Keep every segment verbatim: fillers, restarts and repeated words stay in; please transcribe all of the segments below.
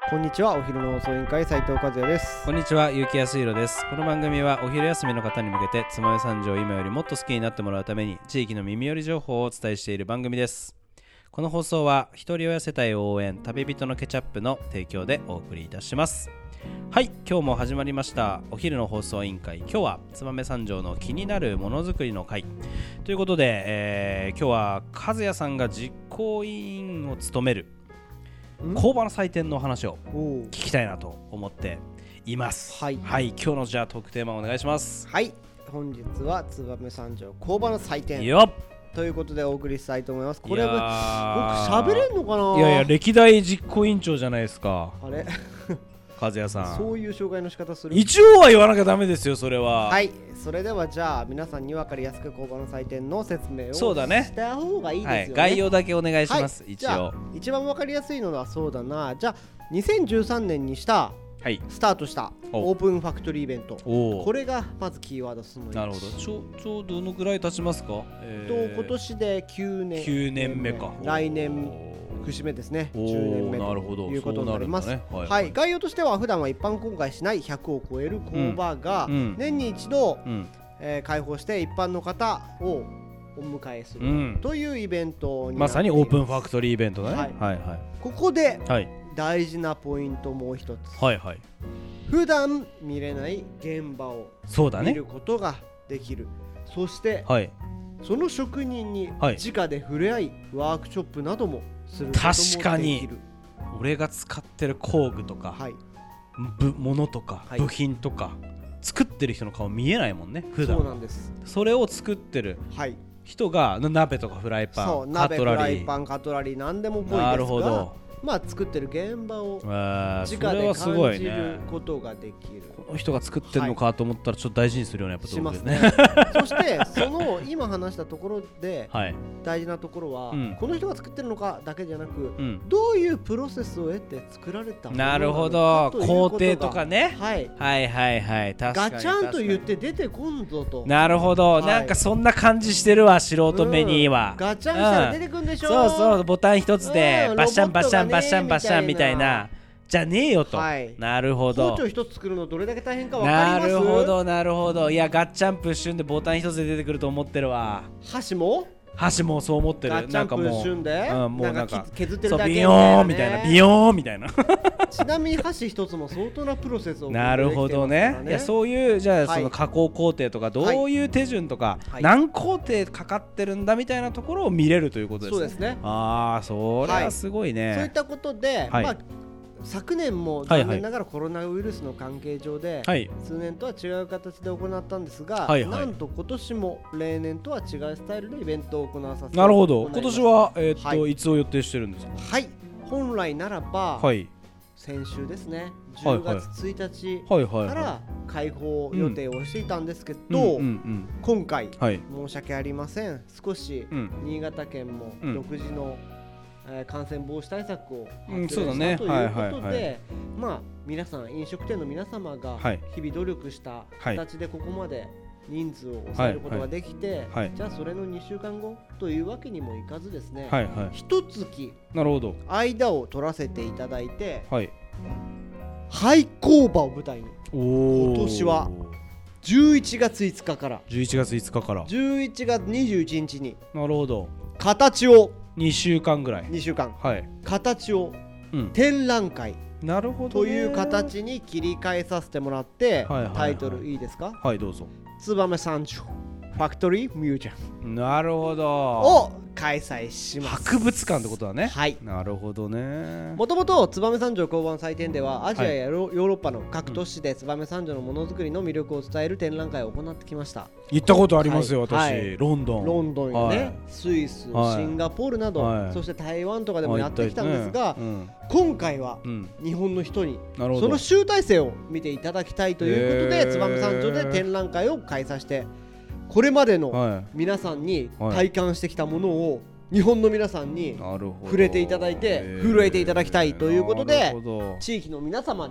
こんにちは、お昼の放送委員会斉藤和也です。 こんにちは、結城康弘です。この番組はお昼休みの方に向けて燕三条を今よりもっと好きになってもらうために地域の耳寄り情報をお伝えしている番組です。この放送はひとり親世帯応援旅人のケチャップの提供でお送りいたします。はい、今日も始まりましたお昼の放送委員会。今日は燕三条の気になるものづくりの会ということで、えー、今日は和也さんが実行委員を務める工場の祭典の話を聞きたいなと思っています。はい、はい、今日のじゃあトークテーマお願いします。 はい、本日は燕三条工場の祭典よっということでお送りしたいと思います。これは僕喋れんのかな。 いやいや、歴代実行委員長じゃないですか。 あれ和也さん、 そういう紹介の仕方する。 一応は言わなきゃダメですよ、それは。 はい、それではじゃあ皆さんに分かりやすく工場の祭典の説明をそうだねした方がいいですよね。はい、 概要だけお願いします。はい、一応じゃあ一番分かりやすいのはそうだな。じゃあにせんじゅうさんねんにしたはい、スタートしたオープンファクトリーイベント、これがまずキーワードそのいち。 なるほど。ちょちょうどのぐらい経ちますか。 えー、と今年できゅうねん、 きゅうねんめか。 来年節目ですね。じゅうねんめということになります。 ね、はい、 はい、概要としては普段は一般公開しないひゃくを超える工場が年に一度、うんうんえー、開放して一般の方をお迎えする、うん、というイベントになっています。 まさにオープンファクトリーイベントだね。はいはいはい、 ここで、はい大事なポイントもう一つ、 はいはい、 普段見れない現場を見ることができる。 そ,、ね、そして、はい、その職人に直で触れ合い、はい、ワークショップなどもすることもできる。 確かに俺が使ってる工具とか、はい、物とか、はい、部品とか作ってる人の顔見えないもんね普段。 そうなんです。 それを作ってる人が鍋とかフライパン、 そう鍋フライパンカトラリー何でもぽいですが、なるほど、まあ、作ってる現場を直で感じることができる。 この人が作ってるのかと思ったらちょっと大事にするようなやっぱしますね。そしてその今話したところで大事なところは、はい、この人が作ってるのかだけじゃなく、うん、どういうプロセスを得て作られたものなのかということが。 なるほど、工程とかね、 はい、 はいはいはい確かにガチャンと言って出てこんぞと。 なるほど、はい、なんかそんな感じしてるわ素人目には、 うん、ガチャンしたら出てくんでしょ、 うん、そうそうボタン一つでバッシャンバッシャンバッシャンバッシャンみたいなじゃねえよと、はい、なるほど。 包丁一つ作るのどれだけ大変か分かります。 なるほどなるほど。いやガッチャンプ一瞬でボタン一つで出てくると思ってるわ。 箸も箸もそう思ってる。 ガッチャンプ一瞬でうん、もうなんか削ってるだけみたいな、ね、 ビヨーンみたいなビヨーンみたいなちなみに箸一つも相当なプロセスを、ね、 なるほどね。いやそういうじゃあその加工工程とかどういう手順とか、はい、何工程かかってるんだみたいなところを見れるということですね。 そうですね。 ああそれはすごいね、はい、 そういったことで、はい、まあ昨年も残念ながらコロナウイルスの関係上で、はい、通年とは違う形で行ったんですが、はいはい、なんと今年も例年とは違うスタイルでイベントを行わさせてもらいます。なるほど。 今年は、えーっとはい、いつを予定してるんですか。 はい、本来ならば、はい、先週ですねじゅうがつついたちから開放予定をしていたんですけど、今回、はい、申し訳ありません、少し、うん、新潟県も独自の、うんえー、感染防止対策を発令したということで、まあ皆さん飲食店の皆様が日々努力した形でここまで人数を抑えることができて、はいはい、じゃあそれのにしゅうかんごというわけにもいかずですね、はいはい、一月間を取らせていただいて、はい、廃工場を舞台に今年はじゅういちがついつかからじゅういちがついつかからじゅういちがつにじゅういちにちになるほど形をにしゅうかんぐらいにしゅうかん、はい、形を、 うん、 展覧会なるほどという形に切り替えさせてもらって、はいはいはい、タイトルいいですか。 はいどうぞ。 燕三条ファクトリーミュージアムなるほどを開催します。 博物館ってことだね。 はい、 なるほどね。 もともと燕三条工場の祭典ではアジアやヨーロッパの各都市で燕三条のものづくりの魅力を伝える展覧会を行ってきました。 行ったことありますよ、はい、私、はい、ロンドンロンドンやね、はい、スイス、はい、シンガポールなど、はい、そして台湾とかでもやってきたんですが、ねうん、今回は日本の人にその集大成を見ていただきたいということで燕三条で展覧会を開催して、これまでの皆さんに体感してきたものを日本の皆さんに触れていただいて震えていただきたいということで、地域の皆様に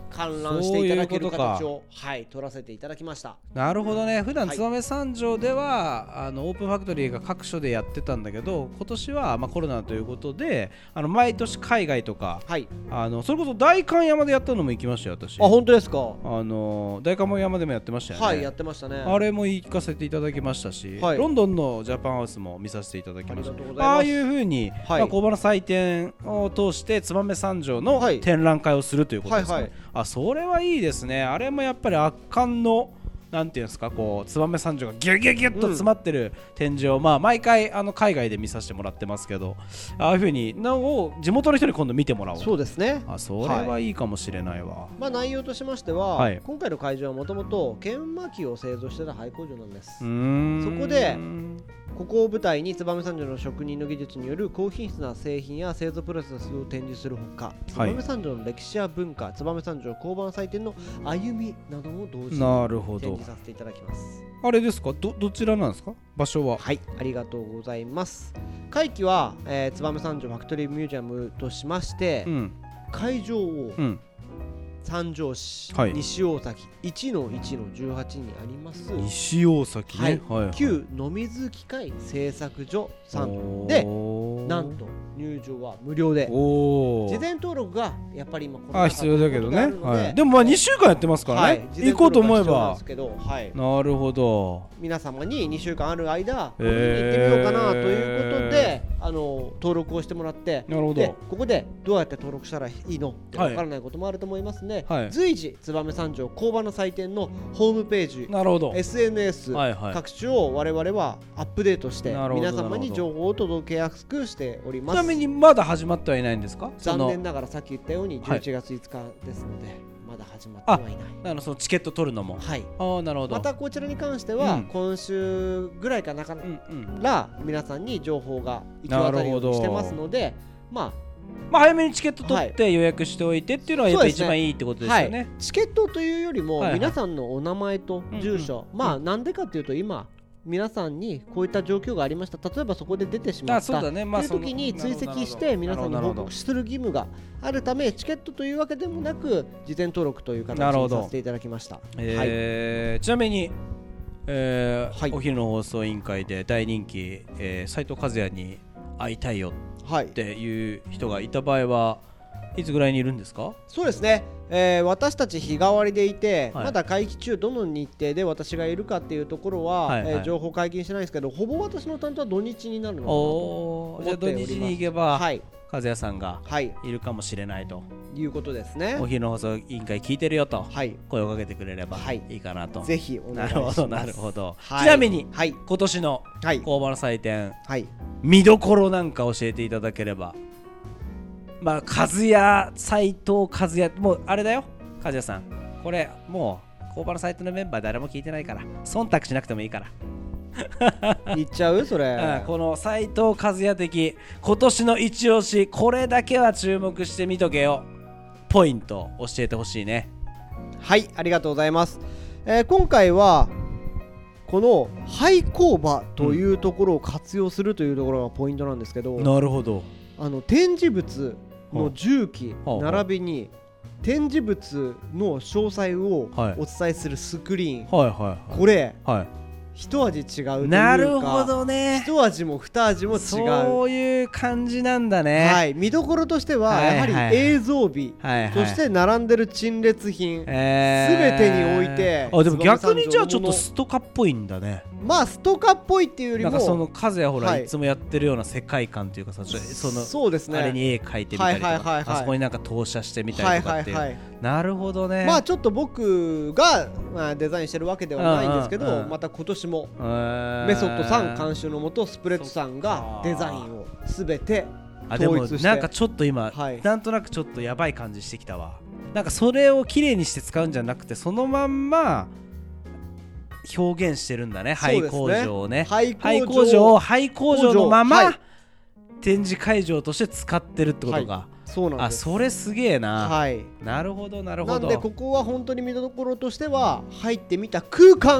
観覧していただける形をはい取らせていただきました。 なるほどね。普段燕三条では、はい、あのオープンファクトリーが各所でやってたんだけど、今年はまあコロナということであの毎年海外とか、はい、あのそれこそ代官山でやったのも行きましたよ私。 あ、本当ですか。 あの代官山でもやってましたよね。 はい、やってましたね。 あれも行かせていただきましたし、はい、ロンドンのジャパンハウスも見させていただきました。 あ, ああいう風に、はい、まあ、工場の祭典を通して燕三条の展覧会をするということですね、はいはいはい。あ、それはいいですね。あれもやっぱり圧巻のなんていうんですか、こう燕三条がギュギュギュッと詰まってる展示を、うん、まあ毎回あの海外で見させてもらってますけど、ああいう風にのを地元の人に今度見てもらおう。 そうですね。 あ、それはいいかもしれないわ、はい。 まあ内容としましては、はい、今回の会場はもともと研磨機を製造していた廃工場なんです。うーん、そこでここを舞台に燕三条の職人の技術による高品質な製品や製造プロセスを展示するほか、燕三条の歴史や文化、燕三条工場祭典の歩みなども同時に展示させていただきます。 あれですか、 ど, どちらなんですか、場所は。 はい、ありがとうございます。会期は、えー、燕三条ファクトリーミュージアムとしまして、うん、会場を、うん、三条市、はい、西大崎 いちのいちのじゅうはち にあります西大崎ね、 はいはいはい、旧野水機械製作所さんで、なんと入場は無料で、事前登録がやっぱり今この必要だけどね、はい、でもまあにしゅうかんやってますからね、はい、行こうと思えば。はい、なるほど。 皆様ににしゅうかんある間これに行ってみようかなということで、あの登録をしてもらって、なるほど。でここでどうやって登録したらいいのって分からないこともあると思いますね、はい、随時燕三条工場の祭典のホームページ、なるほど、 エスエヌエス、はいはい、各種を我々はアップデートして皆様に情報を届けやすくしております。 ちなみにまだ始まってはいないんですか。 残念ながらさっき言ったようにじゅういちがついつかですので、はい、まだ始まってはいない。 あのそのチケット取るのも、はい、あ、なるほど。 またこちらに関しては、うん、今週ぐらいかなから皆さんに情報が行き渡るようにしてますので、まあまあ、早めにチケット取って予約しておいてっていうのがやっぱ一番いいってことですよね。はい、 チケットというよりも皆さんのお名前と住所、はいはい、まあなんでかっていうと今皆さんにこういった状況がありました、例えばそこで出てしまったという時に追跡して皆さんに報告する義務があるため、チケットというわけでもなく事前登録という形にさせていただきました。 えーはい、ちなみに、えーはい、お昼の放送委員会で大人気、えー、斉藤和也に会いたいよっていう人がいた場合はいつぐらいにいるんですか。 そうですね、えー、私たち日替わりでいて、はい、まだ会期中どの日程で私がいるかっていうところは、はいはい、えー、情報解禁してないんですけど、ほぼ私の担当は土日になるのかなと思っております。 じゃあ土日に行けば、はい、和也さんがいるかもしれないと、はい、 いうことですね。 お昼の放送委員会聞いてるよと、はい、声をかけてくれればいいかなと、はい、 ぜひお願いします。 なるほどなるほど、はい、ちなみに、はい、今年の工場の祭典、はい、見どころなんか教えていただければ。まあ和也、斉藤和也、もうあれだよ和也さん、これもう工場の祭典のメンバー誰も聞いてないから忖度しなくてもいいから言っちゃうそれ、 うん、この斉藤和也的今年の一押し、これだけは注目してみとけよポイント教えてほしいね。 はい、ありがとうございます、えー、今回はこの廃工場というところを活用するというところがポイントなんですけど、 うん、なるほど。 あの展示物の重機並びに展示物の詳細をお伝えするスクリーン、はいはいはい、これ、はい、一味違うというか、 なるほどね、 一味も二味も違う、 そういう感じなんだね。 はい、見どころとしてはやはり映像美、はいはい、そして並んでる陳列品、はいはい、全てにおいて、 あ、でも逆にじゃあちょっとストカっぽいんだね。 まあストカっぽいっていうよりもなんかその和也ほら、はい、いつもやってるような世界観というかさ、そのそうですね、あれに絵描いてみたりとか、はいはいはいはい、あそこになんか投射してみたりとかっていう、はいはいはい、なるほどね。 まあちょっと僕が、まあ、デザインしてるわけではないんですけど、うんうんうん、また今年もメソッドさん監修のもとスプレッドさんがデザインをすべて統一して、あ、でもなんかちょっと今、はい、なんとなくちょっとやばい感じしてきたわ。なんかそれをきれいにして使うんじゃなくて、そのまんま表現してるんだね、廃工場をね、廃工場を廃工場のまま、はい、展示会場として使ってるってことか、はい、そうなんです。あ、それすげえな、はい、なるほどなるほど。 なんでここは本当に見どころとしては、入ってみた空間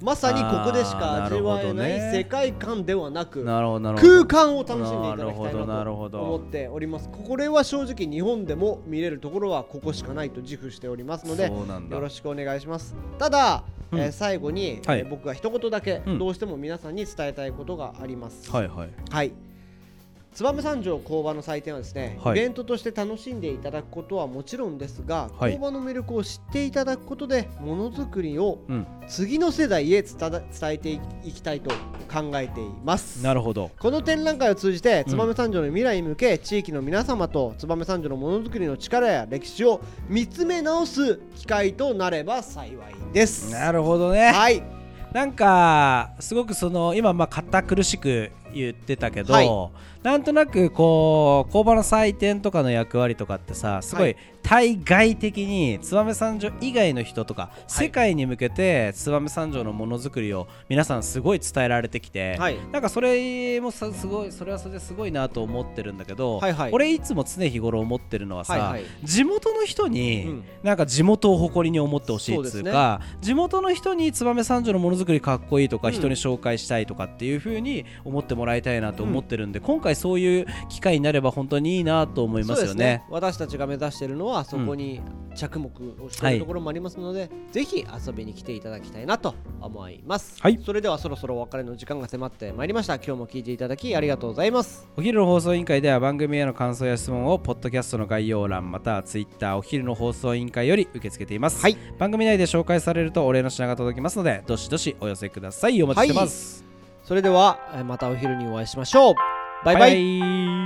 まさにここでしか味わえない世界観ではなく、 なるほどなるほど、 空間を楽しんでいただきたいなと思っております。これは正直日本でも見れるところはここしかないと自負しておりますので、よろしくお願いします。ただ、うん、えー、最後に、はい、えー、僕が一言だけどうしても皆さんに伝えたいことがあります。 はいはい、 はい、燕三条工場の祭典はですね、はい、イベントとして楽しんでいただくことはもちろんですが、はい、工場の魅力を知っていただくことでものづくりを次の世代へ伝えていきたいと考えています。 なるほど。 この展覧会を通じて燕三条の未来に向け、うん、地域の皆様と燕三条のものづくりの力や歴史を見つめ直す機会となれば幸いです。 なるほどね。 はい、 なんかすごくその今まあ堅苦しく言ってたけど、はい、なんとなくこう工場の祭典とかの役割とかってさ、すごい対外的に燕三条以外の人とか、はい、世界に向けて燕三条のものづくりを皆さんすごい伝えられてきて、はい、なんかそれもさすごい、それはそれですごいなと思ってるんだけど、はいはい、俺いつも常日頃思ってるのはさ、はいはい、地元の人に、うん、なんか地元を誇りに思ってほしいっつうか、ね、地元の人に燕三条のものづくりかっこいいとか、うん、人に紹介したいとかっていう風に思ってもらいたいなと思ってるんで、うん、今回そういう機会になれば本当にいいなと思いますよね。そうですね、 私たちが目指しているのはそこに着目をしているところもありますので、はい、ぜひ遊びに来ていただきたいなと思います、はい、それではそろそろお別れの時間が迫ってまいりました。今日も聞いていただきありがとうございます。 お昼の放送委員会では番組への感想や質問をポッドキャストの概要欄またはツイッターお昼の放送委員会より受け付けています、はい、番組内で紹介されるとお礼の品が届きますのでどしどしお寄せください。お待ちしてます、 はい、それではまたお昼にお会いしましょう。バイバイ。バイバイ。